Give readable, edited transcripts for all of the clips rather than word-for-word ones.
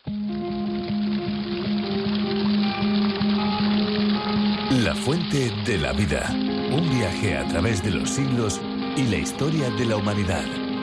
La fuente de la vida. Un viaje a través de los siglos y la historia de la humanidad.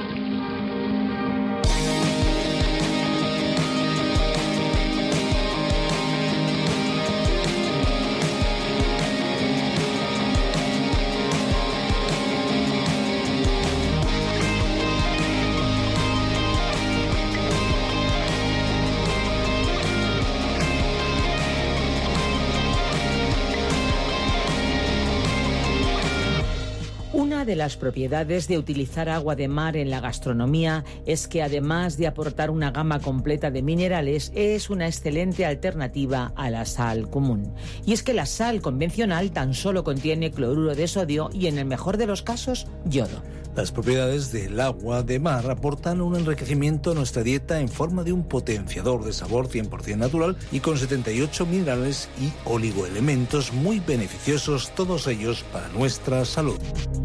Una de las propiedades de utilizar agua de mar en la gastronomía es que, además de aportar una gama completa de minerales, es una excelente alternativa a la sal común. Y es que la sal convencional tan solo contiene cloruro de sodio y, en el mejor de los casos, yodo. Las propiedades del agua de mar aportan un enriquecimiento a nuestra dieta en forma de un potenciador de sabor 100% natural y con 78 minerales y oligoelementos muy beneficiosos, todos ellos para nuestra salud.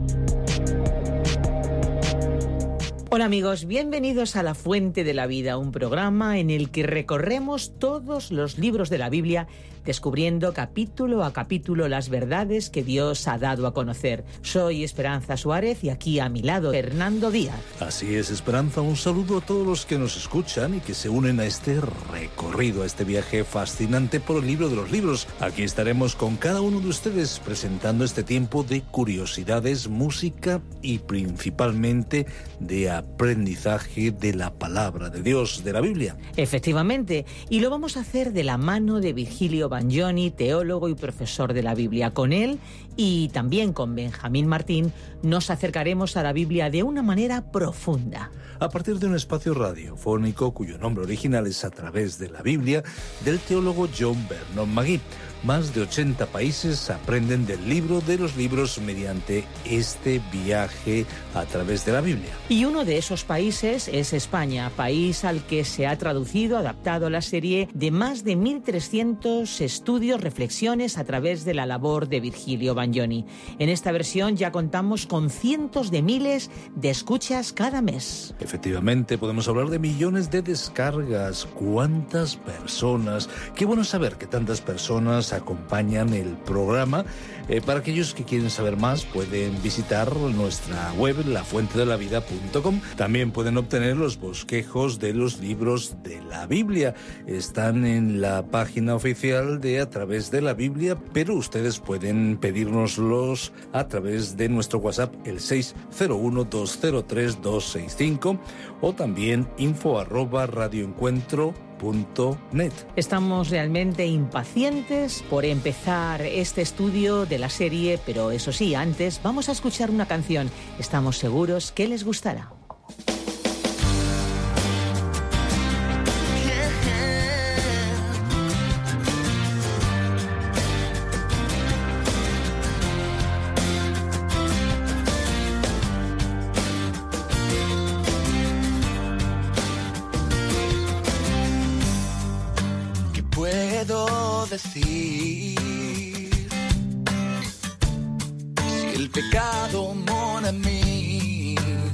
Hola amigos, bienvenidos a La Fuente de la Vida, un programa en el que recorremos todos los libros de la Biblia, descubriendo capítulo a capítulo las verdades que Dios ha dado a conocer. Soy Esperanza Suárez y aquí a mi lado Fernando Díaz. Así es, Esperanza, un saludo a todos los que nos escuchan y que se unen a este recorrido, a este viaje fascinante por el libro de los libros. Aquí estaremos con cada uno de ustedes presentando este tiempo de curiosidades, música y principalmente de aprendizaje de la palabra de Dios, de la Biblia. Efectivamente, y lo vamos a hacer de la mano de Virgilio Bagnoni, teólogo y profesor de la Biblia. Con él y también con Benjamín Martín nos acercaremos a la Biblia de una manera profunda. A partir de un espacio radiofónico cuyo nombre original es A través de la Biblia, del teólogo John Vernon Magee. Más de 80 países aprenden del libro de los libros mediante este viaje a través de la Biblia. Y uno de esos países es España, país al que se ha traducido, adaptado la serie de más de 1.300 estudios, reflexiones a través de la labor de Virgilio Bagnoni. En esta versión ya contamos con cientos de miles de escuchas cada mes. Efectivamente, podemos hablar de millones de descargas. ¿Cuántas personas? Qué bueno saber que tantas personas acompañan el programa. Para aquellos que quieren saber más, pueden visitar nuestra web, lafuentedelavida.com. También pueden obtener los bosquejos de los libros de la Biblia. Están en la página oficial de A través de la Biblia, pero ustedes pueden pedírnoslos a través de nuestro WhatsApp, el 601-203-265, o también info@radioencuentro.net. Estamos realmente impacientes por empezar este estudio de la serie, pero eso sí, antes vamos a escuchar una canción. Estamos seguros que les gustará. Decir si el pecado mora en mí,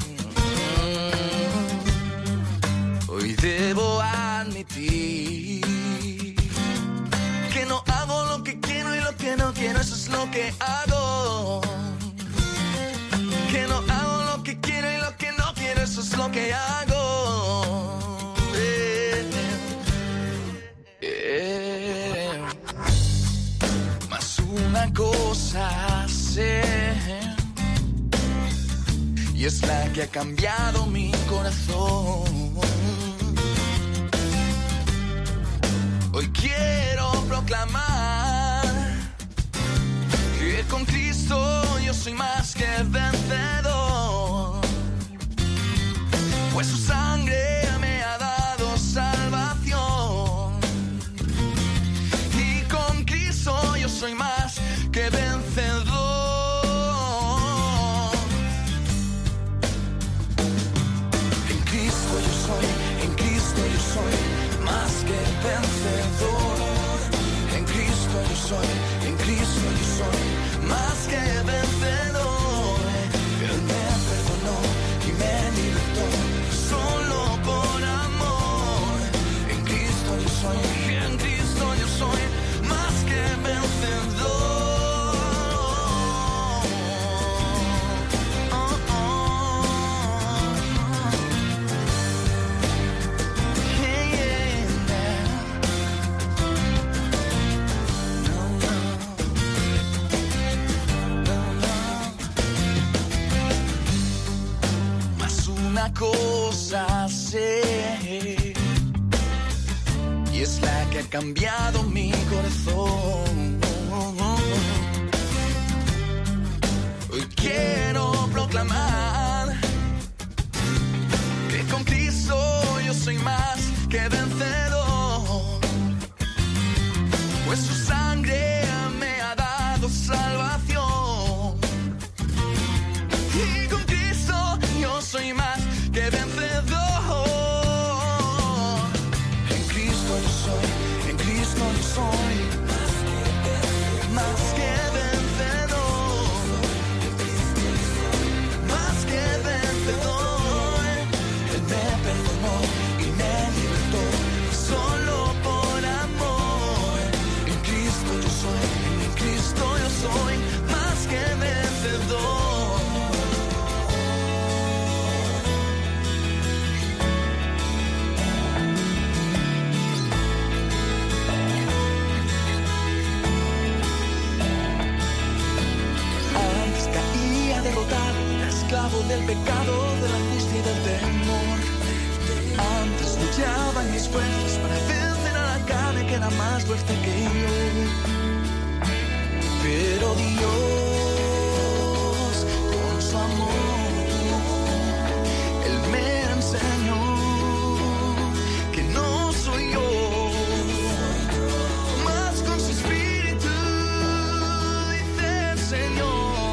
hoy debo admitir que no hago lo que quiero y lo que no quiero, eso es lo que hago. Que no hago lo que quiero y lo que no quiero, eso es lo que hago. Una cosa sé, y es la que ha cambiado mi corazón. Hoy quiero proclamar que con Cristo yo soy más que vencedor, pues su sangre me ha dado salvación. Y con Cristo yo soy más que vencedor. En Cristo yo soy más que vencedor. En Cristo yo soy más que vencedor. Él me perdonó y me libertó solo por y es la que ha cambiado mi corazón. Hoy quiero proclamar que con Cristo yo soy más que vencedor, pues su sangre me ha dado salvación. Y con Cristo yo soy más que vencedor. En Cristo yo soy más que vencedor, más que vencedor. Él me perdonó y me libertó solo por amor. En Cristo yo soy más que vencedor. Derrotado, esclavo del pecado, de la angustia y del temor. Antes luchaba en mis fuerzas para vencer a la carne que era más fuerte que yo. Pero Dios, con su amor, Él me enseñó que no soy yo, más con su espíritu, dice el Señor.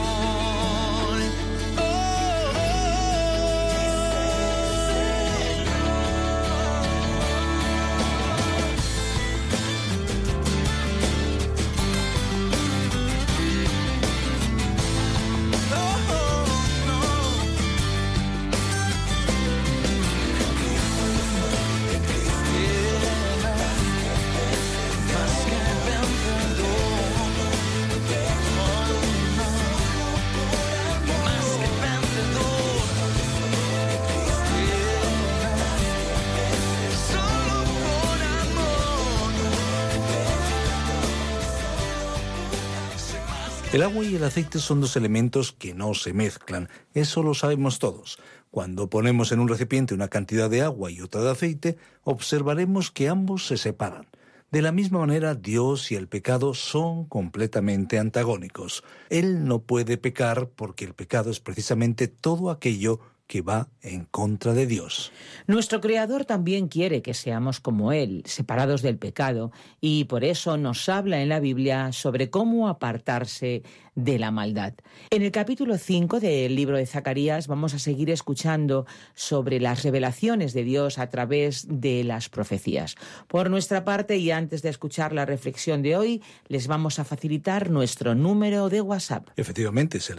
El agua y el aceite son dos elementos que no se mezclan, eso lo sabemos todos. Cuando ponemos en un recipiente una cantidad de agua y otra de aceite, observaremos que ambos se separan. De la misma manera, Dios y el pecado son completamente antagónicos. Él no puede pecar porque el pecado es precisamente todo aquello que va en contra de Dios. Nuestro Creador también quiere que seamos como Él, separados del pecado, y por eso nos habla en la Biblia sobre cómo apartarse de la maldad. En el capítulo 5 del libro de Zacarías vamos a seguir escuchando sobre las revelaciones de Dios a través de las profecías. Por nuestra parte, y antes de escuchar la reflexión de hoy, les vamos a facilitar nuestro número de WhatsApp. Efectivamente, es el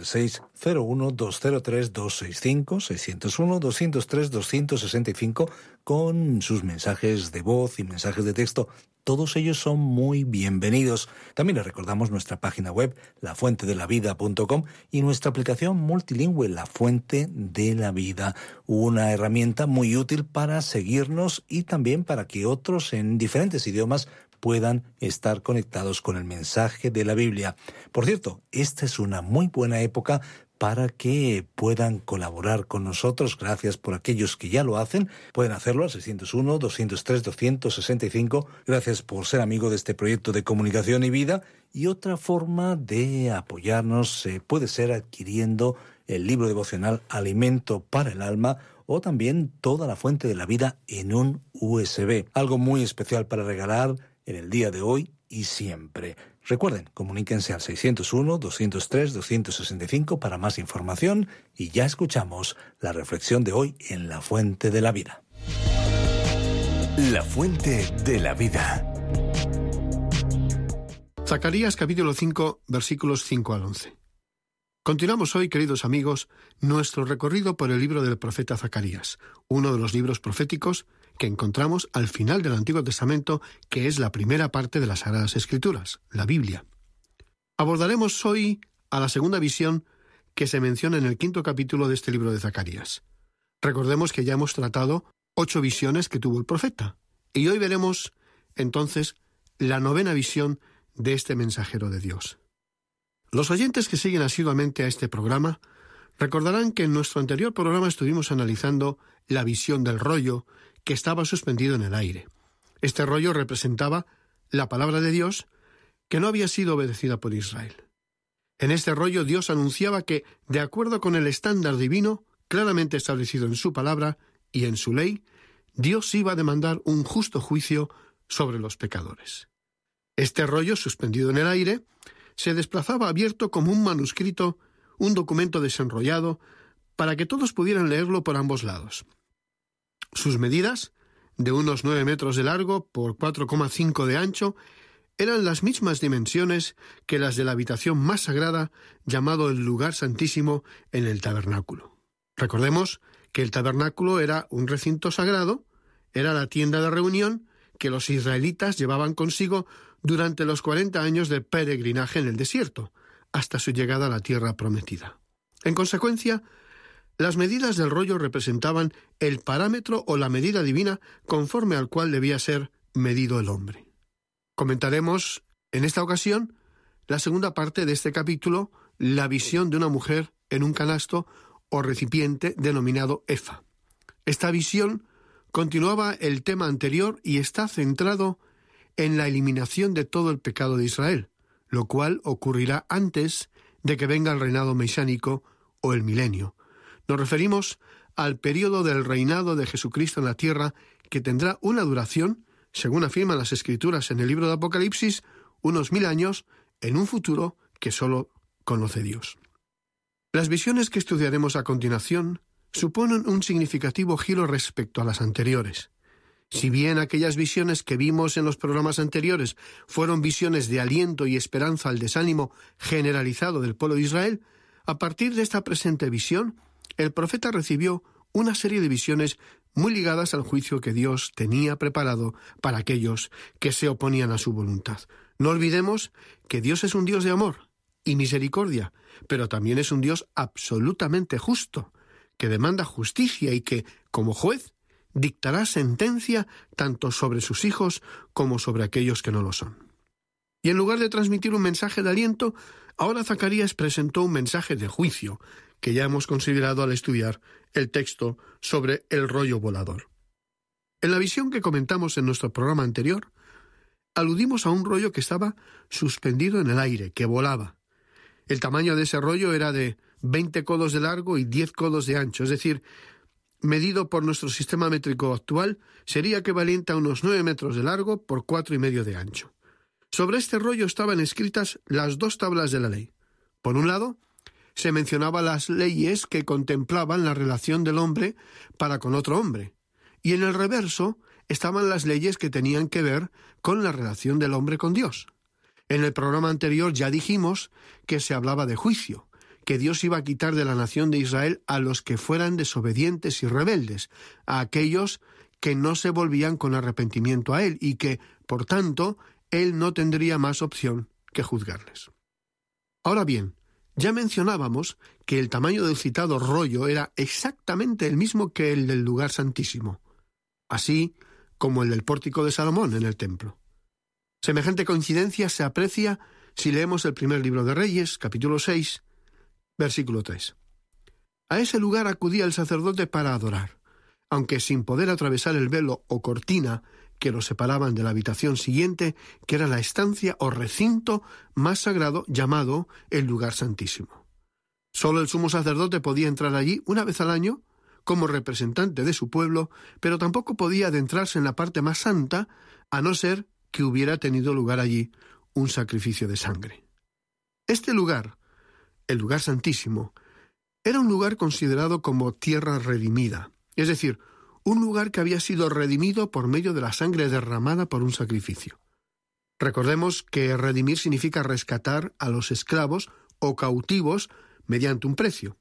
601-203-265, 601-203-265, con sus mensajes de voz y mensajes de texto. Todos ellos son muy bienvenidos. También les recordamos nuestra página web, lafuentedelavida.com, y nuestra aplicación multilingüe, La Fuente de la Vida, una herramienta muy útil para seguirnos y también para que otros en diferentes idiomas puedan estar conectados con el mensaje de la Biblia. Por cierto, esta es una muy buena época para que puedan colaborar con nosotros. Gracias por aquellos que ya lo hacen. Pueden hacerlo al 601-203-265. Gracias por ser amigo de este proyecto de comunicación y vida. Y otra forma de apoyarnos puede ser adquiriendo el libro devocional Alimento para el Alma, o también toda la Fuente de la Vida en un USB. Algo muy especial para regalar en el día de hoy y siempre. Recuerden, comuníquense al 601-203-265 para más información, y ya escuchamos la reflexión de hoy en La Fuente de la Vida. La Fuente de la Vida. Zacarías capítulo 5, versículos 5 al 11. Continuamos hoy, queridos amigos, nuestro recorrido por el libro del profeta Zacarías, uno de los libros proféticos que encontramos al final del Antiguo Testamento, que es la primera parte de las Sagradas Escrituras, la Biblia. Abordaremos hoy a la segunda visión que se menciona en el 5º capítulo de este libro de Zacarías. Recordemos que ya hemos tratado 8 visiones que tuvo el profeta, y hoy veremos, entonces, la 9ª visión de este mensajero de Dios. Los oyentes que siguen asiduamente a este programa recordarán que en nuestro anterior programa estuvimos analizando la visión del rollo que estaba suspendido en el aire. Este rollo representaba la palabra de Dios que no había sido obedecida por Israel. En este rollo Dios anunciaba que, de acuerdo con el estándar divino, claramente establecido en su palabra y en su ley, Dios iba a demandar un justo juicio sobre los pecadores. Este rollo, suspendido en el aire, se desplazaba abierto como un manuscrito, un documento desenrollado, para que todos pudieran leerlo por ambos lados. Sus medidas, de unos 9 metros de largo por 4,5 de ancho, eran las mismas dimensiones que las de la habitación más sagrada, llamado el lugar santísimo en el tabernáculo. Recordemos que el tabernáculo era un recinto sagrado, era la tienda de reunión que los israelitas llevaban consigo durante los 40 años de peregrinaje en el desierto, hasta su llegada a la tierra prometida. En consecuencia, las medidas del rollo representaban el parámetro o la medida divina conforme al cual debía ser medido el hombre. Comentaremos, en esta ocasión, la segunda parte de este capítulo, la visión de una mujer en un canasto o recipiente denominado efa. Esta visión continuaba el tema anterior y está centrado en la eliminación de todo el pecado de Israel, lo cual ocurrirá antes de que venga el reinado mesiánico o el milenio. Nos referimos al período del reinado de Jesucristo en la tierra, que tendrá una duración, según afirman las Escrituras en el libro de Apocalipsis, unos 1000 años en un futuro que solo conoce Dios. Las visiones que estudiaremos a continuación suponen un significativo giro respecto a las anteriores. Si bien aquellas visiones que vimos en los programas anteriores fueron visiones de aliento y esperanza al desánimo generalizado del pueblo de Israel, a partir de esta presente visión, el profeta recibió una serie de visiones muy ligadas al juicio que Dios tenía preparado para aquellos que se oponían a su voluntad. No olvidemos que Dios es un Dios de amor y misericordia, pero también es un Dios absolutamente justo, que demanda justicia y que, como juez, dictará sentencia tanto sobre sus hijos como sobre aquellos que no lo son. Y en lugar de transmitir un mensaje de aliento, ahora Zacarías presentó un mensaje de juicio, que ya hemos considerado al estudiar el texto sobre el rollo volador. En la visión que comentamos en nuestro programa anterior, aludimos a un rollo que estaba suspendido en el aire, que volaba. El tamaño de ese rollo era de 20 codos de largo y 10 codos de ancho, es decir, medido por nuestro sistema métrico actual, sería equivalente a unos 9 metros de largo por 4,5 de ancho. Sobre este rollo estaban escritas las 2 tablas de la ley. Por un lado, se mencionaban las leyes que contemplaban la relación del hombre para con otro hombre, y en el reverso estaban las leyes que tenían que ver con la relación del hombre con Dios. En el programa anterior ya dijimos que se hablaba de juicio, que Dios iba a quitar de la nación de Israel a los que fueran desobedientes y rebeldes, a aquellos que no se volvían con arrepentimiento a Él y que, por tanto, Él no tendría más opción que juzgarles. Ahora bien, ya mencionábamos que el tamaño del citado rollo era exactamente el mismo que el del lugar santísimo, así como el del pórtico de Salomón en el templo. Semejante coincidencia se aprecia si leemos el primer libro de Reyes, capítulo 6, versículo 3. A ese lugar acudía el sacerdote para adorar, aunque sin poder atravesar el velo o cortina que los separaban de la habitación siguiente, que era la estancia o recinto más sagrado llamado el lugar santísimo. Solo el sumo sacerdote podía entrar allí una vez al año como representante de su pueblo, pero tampoco podía adentrarse en la parte más santa a no ser que hubiera tenido lugar allí un sacrificio de sangre. Este lugar, el lugar santísimo, era un lugar considerado como tierra redimida, es decir, un lugar que había sido redimido por medio de la sangre derramada por un sacrificio. Recordemos que redimir significa rescatar a los esclavos o cautivos mediante un precio.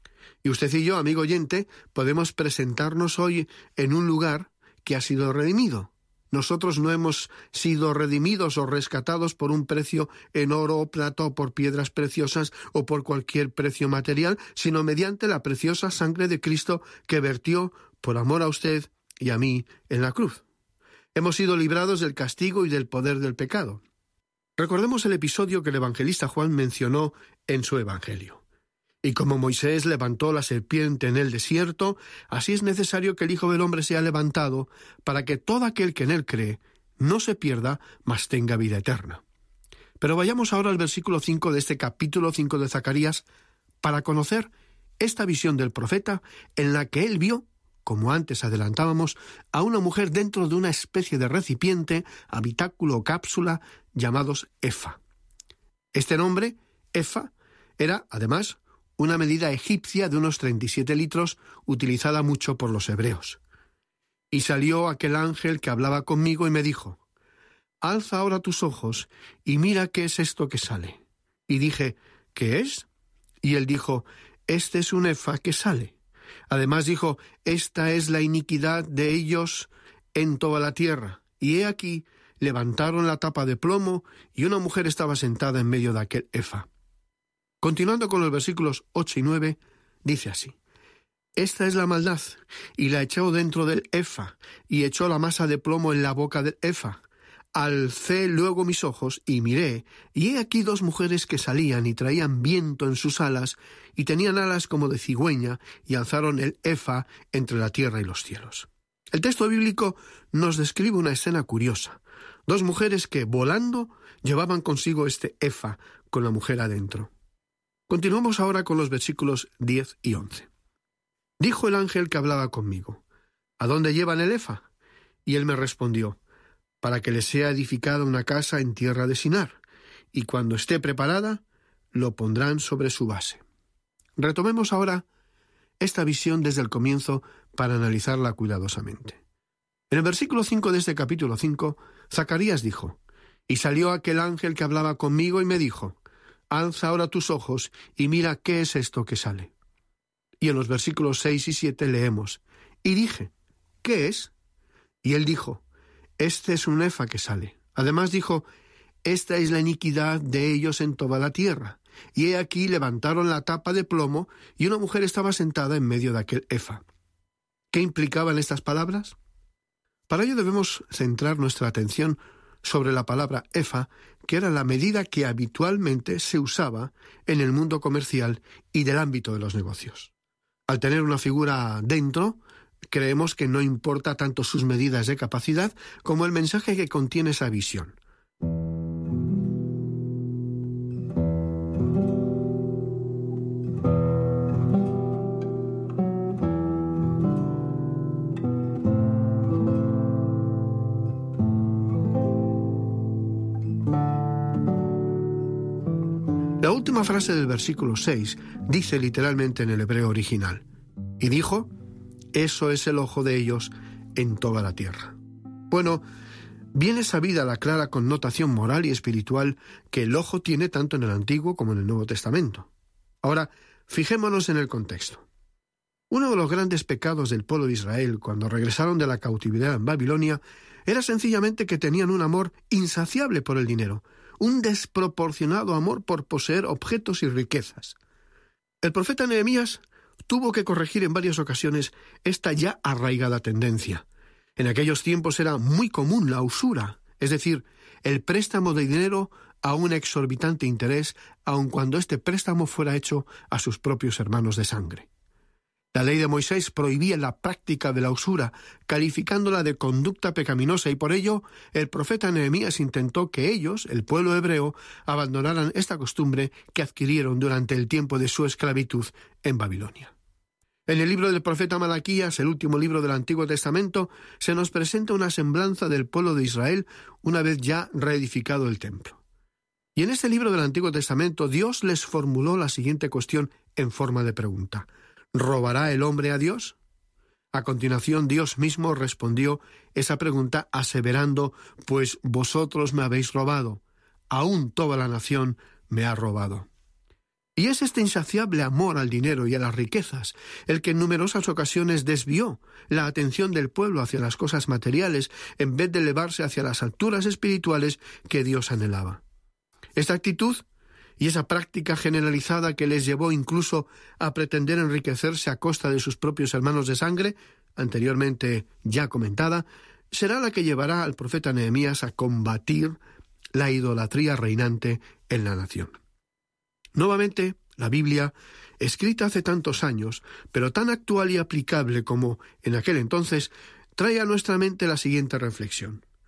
Y usted y yo, amigo oyente, podemos presentarnos hoy en un lugar que ha sido redimido. Nosotros no hemos sido redimidos o rescatados por un precio en oro o plata o por piedras preciosas o por cualquier precio material, sino mediante la preciosa sangre de Cristo que vertió por amor a usted y a mí en la cruz. Hemos sido librados del castigo y del poder del pecado. Recordemos el episodio que el evangelista Juan mencionó en su evangelio. Y como Moisés levantó la serpiente en el desierto, así es necesario que el Hijo del Hombre sea levantado, para que todo aquel que en él cree no se pierda, mas tenga vida eterna. Pero vayamos ahora al versículo 5 de este capítulo 5 de Zacarías para conocer esta visión del profeta en la que él vio, como antes adelantábamos, a una mujer dentro de una especie de recipiente, habitáculo o cápsula llamados efa. Este nombre, efa, era, además, una medida egipcia de unos 37 litros utilizada mucho por los hebreos. Y salió aquel ángel que hablaba conmigo y me dijo: «Alza ahora tus ojos y mira qué es esto que sale». Y dije: «¿Qué es?». Y él dijo: «Este es un efa que sale». Además dijo: «Esta es la iniquidad de ellos en toda la tierra». Y he aquí, levantaron la tapa de plomo, y una mujer estaba sentada en medio de aquel efa. Continuando con los versículos 8 y 9, dice así: «Esta es la maldad, y la echó dentro del efa, y echó la masa de plomo en la boca del efa. Alcé luego mis ojos, y miré, y he aquí dos mujeres que salían y traían viento en sus alas, y tenían alas como de cigüeña, y alzaron el efa entre la tierra y los cielos». El texto bíblico nos describe una escena curiosa. Dos mujeres que, volando, llevaban consigo este efa con la mujer adentro. Continuamos ahora con los versículos 10 y 11. Dijo el ángel que hablaba conmigo: «¿A dónde llevan el efa?». Y él me respondió: «Para que les sea edificada una casa en tierra de Sinar, y cuando esté preparada, lo pondrán sobre su base». Retomemos ahora esta visión desde el comienzo para analizarla cuidadosamente. En el versículo 5 de este capítulo 5, Zacarías dijo: «Y salió aquel ángel que hablaba conmigo y me dijo: alza ahora tus ojos y mira qué es esto que sale». Y en los versículos 6 y 7 leemos: «Y dije: ¿qué es?». Y él dijo: «Este es un efa que sale». Además dijo: «Esta es la iniquidad de ellos en toda la tierra». Y he aquí levantaron la tapa de plomo, y una mujer estaba sentada en medio de aquel efa. ¿Qué implicaban estas palabras? Para ello debemos centrar nuestra atención sobre la palabra efa, que era la medida que habitualmente se usaba en el mundo comercial y del ámbito de los negocios. Al tener una figura dentro, creemos que no importa tanto sus medidas de capacidad como el mensaje que contiene esa visión. La última frase del versículo 6 dice literalmente en el hebreo original: «Y dijo: eso es el ojo de ellos en toda la tierra». Bueno, bien es sabida la clara connotación moral y espiritual que el ojo tiene tanto en el Antiguo como en el Nuevo Testamento. Ahora, fijémonos en el contexto. Uno de los grandes pecados del pueblo de Israel cuando regresaron de la cautividad en Babilonia era sencillamente que tenían un amor insaciable por el dinero, un desproporcionado amor por poseer objetos y riquezas. El profeta Nehemías tuvo que corregir en varias ocasiones esta ya arraigada tendencia. En aquellos tiempos era muy común la usura, es decir, el préstamo de dinero a un exorbitante interés, aun cuando este préstamo fuera hecho a sus propios hermanos de sangre. La ley de Moisés prohibía la práctica de la usura, calificándola de conducta pecaminosa, y por ello el profeta Nehemías intentó que ellos, el pueblo hebreo, abandonaran esta costumbre que adquirieron durante el tiempo de su esclavitud en Babilonia. En el libro del profeta Malaquías, el último libro del Antiguo Testamento, se nos presenta una semblanza del pueblo de Israel una vez ya reedificado el templo. Y en este libro del Antiguo Testamento Dios les formuló la siguiente cuestión en forma de pregunta: ¿robará el hombre a Dios? A continuación Dios mismo respondió esa pregunta aseverando: pues vosotros me habéis robado, aún toda la nación me ha robado. Y es este insaciable amor al dinero y a las riquezas el que en numerosas ocasiones desvió la atención del pueblo hacia las cosas materiales en vez de elevarse hacia las alturas espirituales que Dios anhelaba. Esta actitud y esa práctica generalizada que les llevó incluso a pretender enriquecerse a costa de sus propios hermanos de sangre, anteriormente ya comentada, será la que llevará al profeta Nehemías a combatir la idolatría reinante en la nación. Nuevamente, la Biblia, escrita hace tantos años, pero tan actual y aplicable como en aquel entonces, trae a nuestra mente la siguiente reflexión.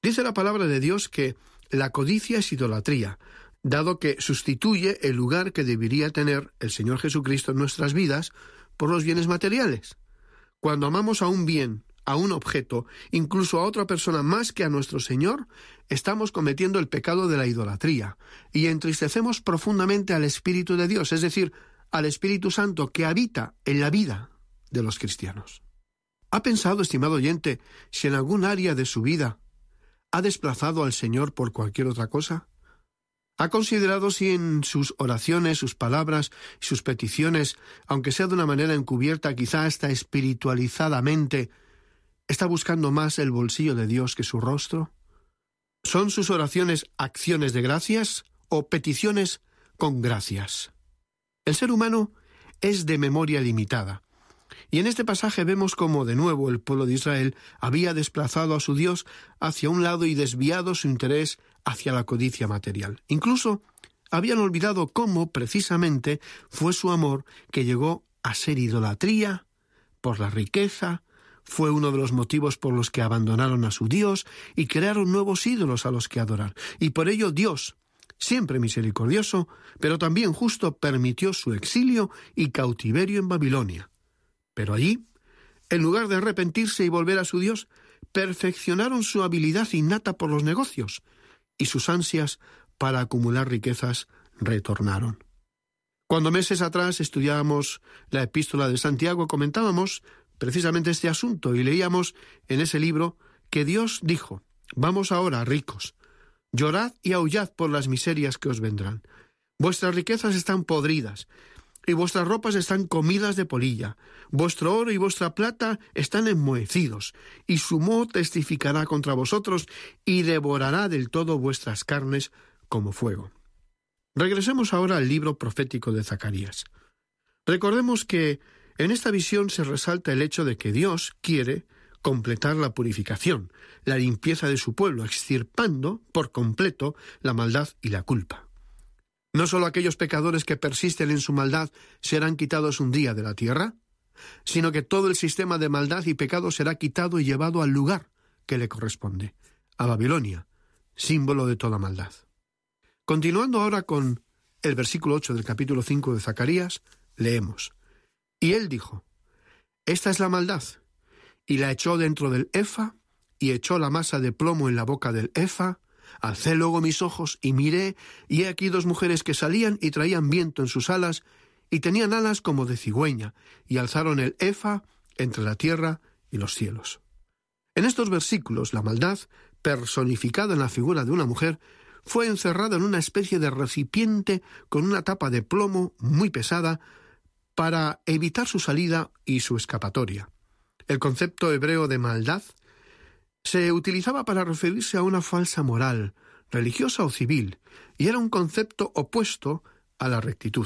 Dice la palabra de Dios que la codicia es idolatría, dado que sustituye el lugar que debería tener el Señor Jesucristo en nuestras vidas por los bienes materiales. Cuando amamos a un bien, a un objeto, incluso a otra persona más que a nuestro Señor, estamos cometiendo el pecado de la idolatría y entristecemos profundamente al Espíritu de Dios, es decir, al Espíritu Santo que habita en la vida de los cristianos. ¿Ha pensado, estimado oyente, si en algún área de su vida ha desplazado al Señor por cualquier otra cosa? ¿Ha considerado si en sus oraciones, sus palabras y sus peticiones, aunque sea de una manera encubierta, quizá hasta espiritualizadamente, está buscando más el bolsillo de Dios que su rostro? ¿Son sus oraciones acciones de gracias o peticiones con gracias? El ser humano es de memoria limitada. Y en este pasaje vemos cómo de nuevo el pueblo de Israel había desplazado a su Dios hacia un lado y desviado su interés hacia la codicia material. Incluso habían olvidado cómo, precisamente, fue su amor que llegó a ser idolatría por la riqueza, fue uno de los motivos por los que abandonaron a su Dios y crearon nuevos ídolos a los que adorar. Y por ello Dios, siempre misericordioso, pero también justo, permitió su exilio y cautiverio en Babilonia. Pero allí, en lugar de arrepentirse y volver a su Dios, perfeccionaron su habilidad innata por los negocios y sus ansias para acumular riquezas retornaron. Cuando meses atrás estudiábamos la epístola de Santiago, comentábamos precisamente este asunto y leíamos en ese libro que Dios dijo: «Vamos ahora, ricos, llorad y aullad por las miserias que os vendrán. Vuestras riquezas están podridas, y vuestras ropas están comidas de polilla. Vuestro oro y vuestra plata están enmohecidos, y su moho testificará contra vosotros, y devorará del todo vuestras carnes como fuego». Regresemos ahora al libro profético de Zacarías. Recordemos que en esta visión se resalta el hecho de que Dios quiere completar la purificación, la limpieza de su pueblo, extirpando por completo la maldad y la culpa. No solo aquellos pecadores que persisten en su maldad serán quitados un día de la tierra, sino que todo el sistema de maldad y pecado será quitado y llevado al lugar que le corresponde, a Babilonia, símbolo de toda maldad. Continuando ahora con el versículo 8 del capítulo 5 de Zacarías, leemos: «Y él dijo: Esta es la maldad, y la echó dentro del efa, y echó la masa de plomo en la boca del efa. Alcé luego mis ojos y miré, y he aquí dos mujeres que salían y traían viento en sus alas, y tenían alas como de cigüeña, y alzaron el efa entre la tierra y los cielos». En estos versículos, la maldad, personificada en la figura de una mujer, fue encerrada en una especie de recipiente con una tapa de plomo muy pesada para evitar su salida y su escapatoria. El concepto hebreo de maldad se utilizaba para referirse a una falsa moral, religiosa o civil, y era un concepto opuesto a la rectitud.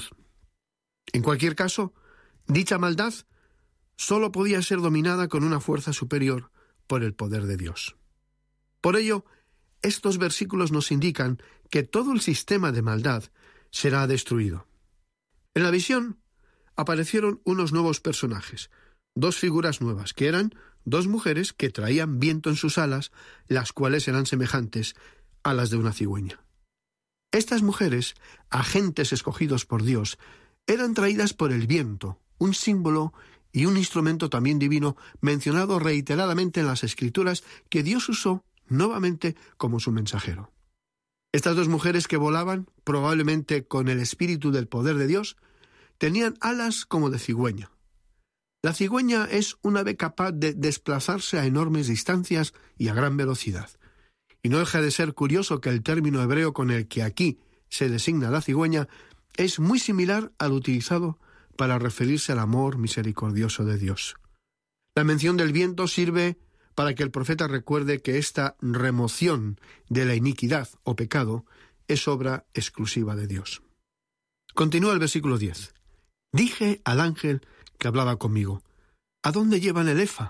En cualquier caso, dicha maldad solo podía ser dominada con una fuerza superior por el poder de Dios. Por ello, estos versículos nos indican que todo el sistema de maldad será destruido. En la visión aparecieron unos nuevos personajes, dos figuras nuevas, que eran dos mujeres que traían viento en sus alas, las cuales eran semejantes a las de una cigüeña. Estas mujeres, agentes escogidos por Dios, eran traídas por el viento, un símbolo y un instrumento también divino mencionado reiteradamente en las Escrituras, que Dios usó nuevamente como su mensajero. Estas dos mujeres que volaban, probablemente con el espíritu del poder de Dios, tenían alas como de cigüeña. La cigüeña es un ave capaz de desplazarse a enormes distancias y a gran velocidad. Y no deja de ser curioso que el término hebreo con el que aquí se designa la cigüeña es muy similar al utilizado para referirse al amor misericordioso de Dios. La mención del viento sirve para que el profeta recuerde que esta remoción de la iniquidad o pecado es obra exclusiva de Dios. Continúa el versículo 10. Dije al ángel que hablaba conmigo: ¿A dónde llevan el efa?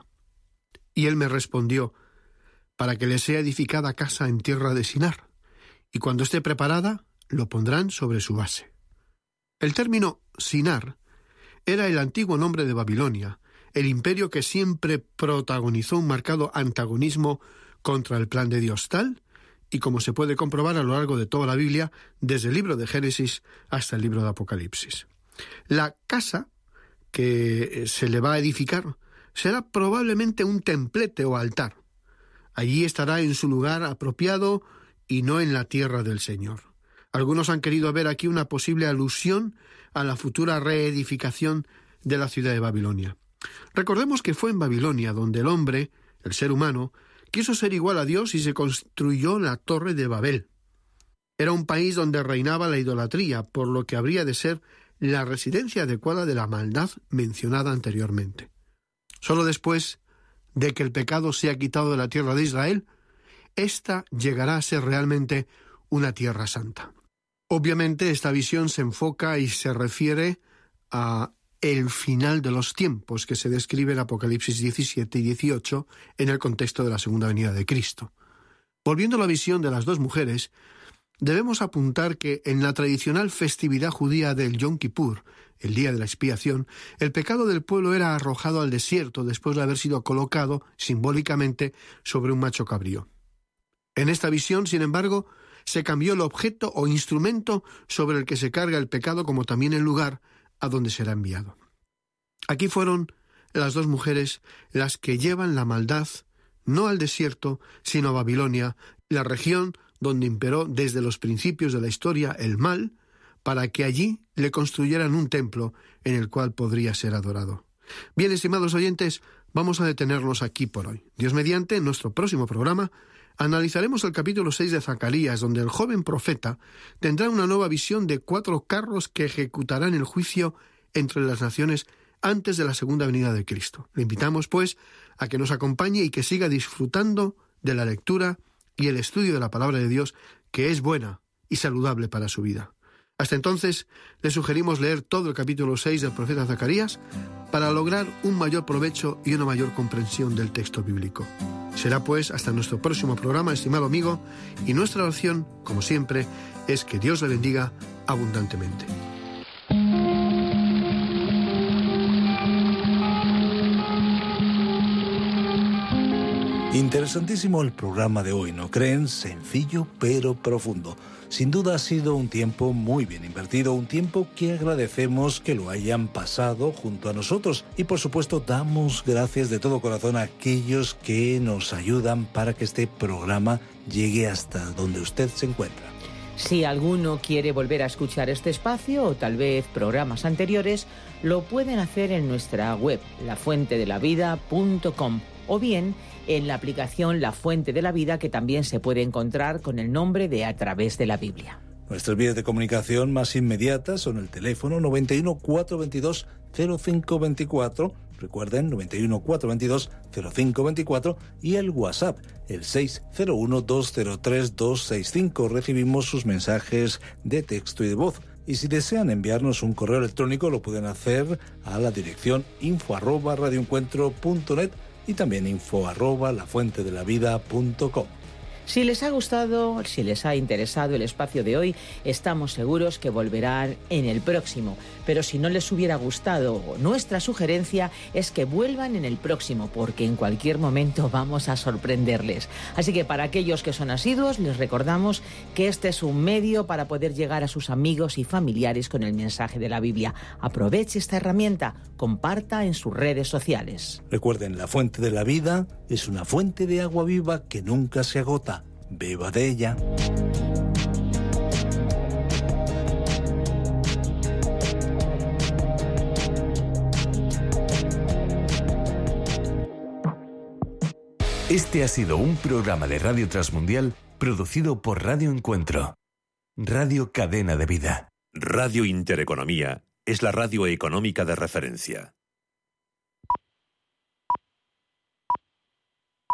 Y él me respondió: para que le sea edificada casa en tierra de Sinar, y cuando esté preparada, lo pondrán sobre su base. El término Sinar era el antiguo nombre de Babilonia, el imperio que siempre protagonizó un marcado antagonismo contra el plan de Dios, tal y como se puede comprobar a lo largo de toda la Biblia, desde el libro de Génesis hasta el libro de Apocalipsis. La casa que se le va a edificar será probablemente un templete o altar. Allí estará en su lugar apropiado y no en la tierra del Señor. Algunos han querido ver aquí una posible alusión a la futura reedificación de la ciudad de Babilonia. Recordemos que fue en Babilonia donde el hombre, el ser humano, quiso ser igual a Dios y se construyó la Torre de Babel. Era un país donde reinaba la idolatría, por lo que habría de ser la residencia adecuada de la maldad mencionada anteriormente. Solo después de que el pecado sea quitado de la tierra de Israel, ésta llegará a ser realmente una tierra santa. Obviamente esta visión se enfoca y se refiere a el final de los tiempos que se describe en Apocalipsis 17 y 18 en el contexto de la segunda venida de Cristo. Volviendo a la visión de las dos mujeres, debemos apuntar que en la tradicional festividad judía del Yom Kippur, el día de la expiación, el pecado del pueblo era arrojado al desierto después de haber sido colocado simbólicamente sobre un macho cabrío. En esta visión, sin embargo, se cambió el objeto o instrumento sobre el que se carga el pecado, como también el lugar a donde será enviado. Aquí fueron las dos mujeres las que llevan la maldad no al desierto, sino a Babilonia, la región donde imperó desde los principios de la historia el mal, para que allí le construyeran un templo en el cual podría ser adorado. Bien, estimados oyentes, vamos a detenernos aquí por hoy. Dios mediante, en nuestro próximo programa, analizaremos el capítulo 6 de Zacarías, donde el joven profeta tendrá una nueva visión de 4 carros que ejecutarán el juicio entre las naciones antes de la segunda venida de Cristo. Le invitamos, pues, a que nos acompañe y que siga disfrutando de la lectura y el estudio de la palabra de Dios, que es buena y saludable para su vida. Hasta entonces, le sugerimos leer todo el capítulo 6 del profeta Zacarías para lograr un mayor provecho y una mayor comprensión del texto bíblico. Será pues hasta nuestro próximo programa, estimado amigo, y nuestra oración, como siempre, es que Dios le bendiga abundantemente. Interesantísimo el programa de hoy, ¿no creen? Sencillo pero profundo. Sin duda ha sido un tiempo muy bien invertido, un tiempo que agradecemos que lo hayan pasado junto a nosotros. Y por supuesto damos gracias de todo corazón a aquellos que nos ayudan para que este programa llegue hasta donde usted se encuentra. Si alguno quiere volver a escuchar este espacio o tal vez programas anteriores, lo pueden hacer en nuestra web, lafuentedelavida.com, o bien en la aplicación La Fuente de la Vida, que también se puede encontrar con el nombre de A Través de la Biblia. Nuestras vías de comunicación más inmediatas son el teléfono 91 422 0524, recuerden 91 422 0524, y el WhatsApp, el 601 203 265. Recibimos sus mensajes de texto y de voz. Y si desean enviarnos un correo electrónico, lo pueden hacer a la dirección info@radioencuentro.net y también info@lafuentedelavida.com. Si les ha gustado, si les ha interesado el espacio de hoy, estamos seguros que volverán en el próximo. Pero si no les hubiera gustado, nuestra sugerencia es que vuelvan en el próximo, porque en cualquier momento vamos a sorprenderles. Así que para aquellos que son asiduos, les recordamos que este es un medio para poder llegar a sus amigos y familiares con el mensaje de la Biblia. Aproveche esta herramienta, comparta en sus redes sociales. Recuerden, la Fuente de la Vida es una fuente de agua viva que nunca se agota. Beba de ella. Este ha sido un programa de Radio Transmundial producido por Radio Encuentro, Radio Cadena de Vida. Radio Intereconomía es la radio económica de referencia.